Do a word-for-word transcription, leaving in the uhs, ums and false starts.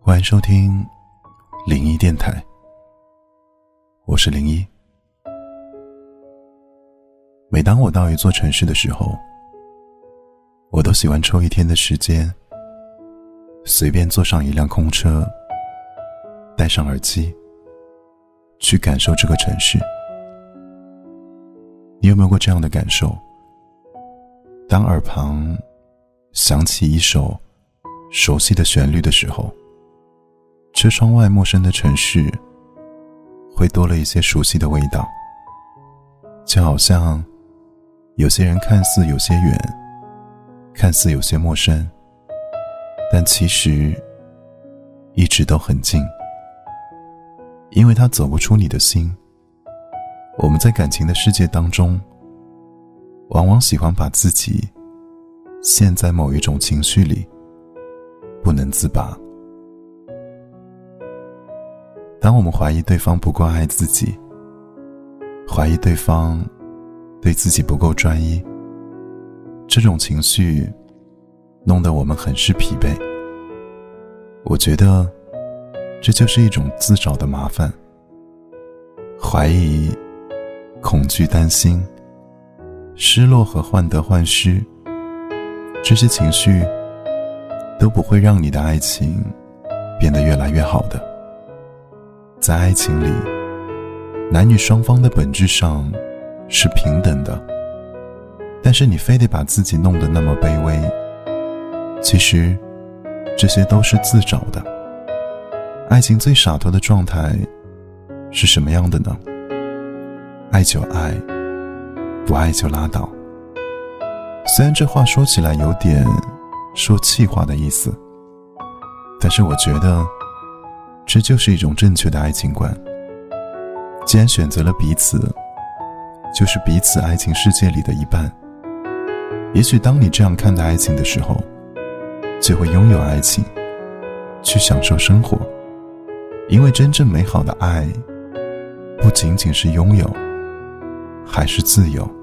欢迎收听零一电台，我是零一。每当我到一座城市的时候，我都喜欢抽一天的时间，随便坐上一辆空车，戴上耳机，去感受这个城市。你有没有过这样的感受？当耳旁响起一首熟悉的旋律的时候，车窗外陌生的城市会多了一些熟悉的味道，就好像有些人看似有些远，看似有些陌生，但其实一直都很近，因为它走不出你的心。我们在感情的世界当中，往往喜欢把自己陷在某一种情绪里，不能自拔。当我们怀疑对方不够爱自己，怀疑对方对自己不够专一，这种情绪弄得我们很是疲惫。我觉得这就是一种自找的麻烦。怀疑、恐惧、担心、失落和患得患失，这些情绪都不会让你的爱情变得越来越好的。在爱情里，男女双方的本质上是平等的，但是你非得把自己弄得那么卑微，其实这些都是自找的。爱情最洒脱的状态是什么样的呢？爱就爱，不爱就拉倒。虽然这话说起来有点说气话的意思，但是我觉得这就是一种正确的爱情观。既然选择了彼此，就是彼此爱情世界里的一半。也许当你这样看待爱情的时候，就会拥有爱情，去享受生活。因为真正美好的爱，不仅仅是拥有，还是自由。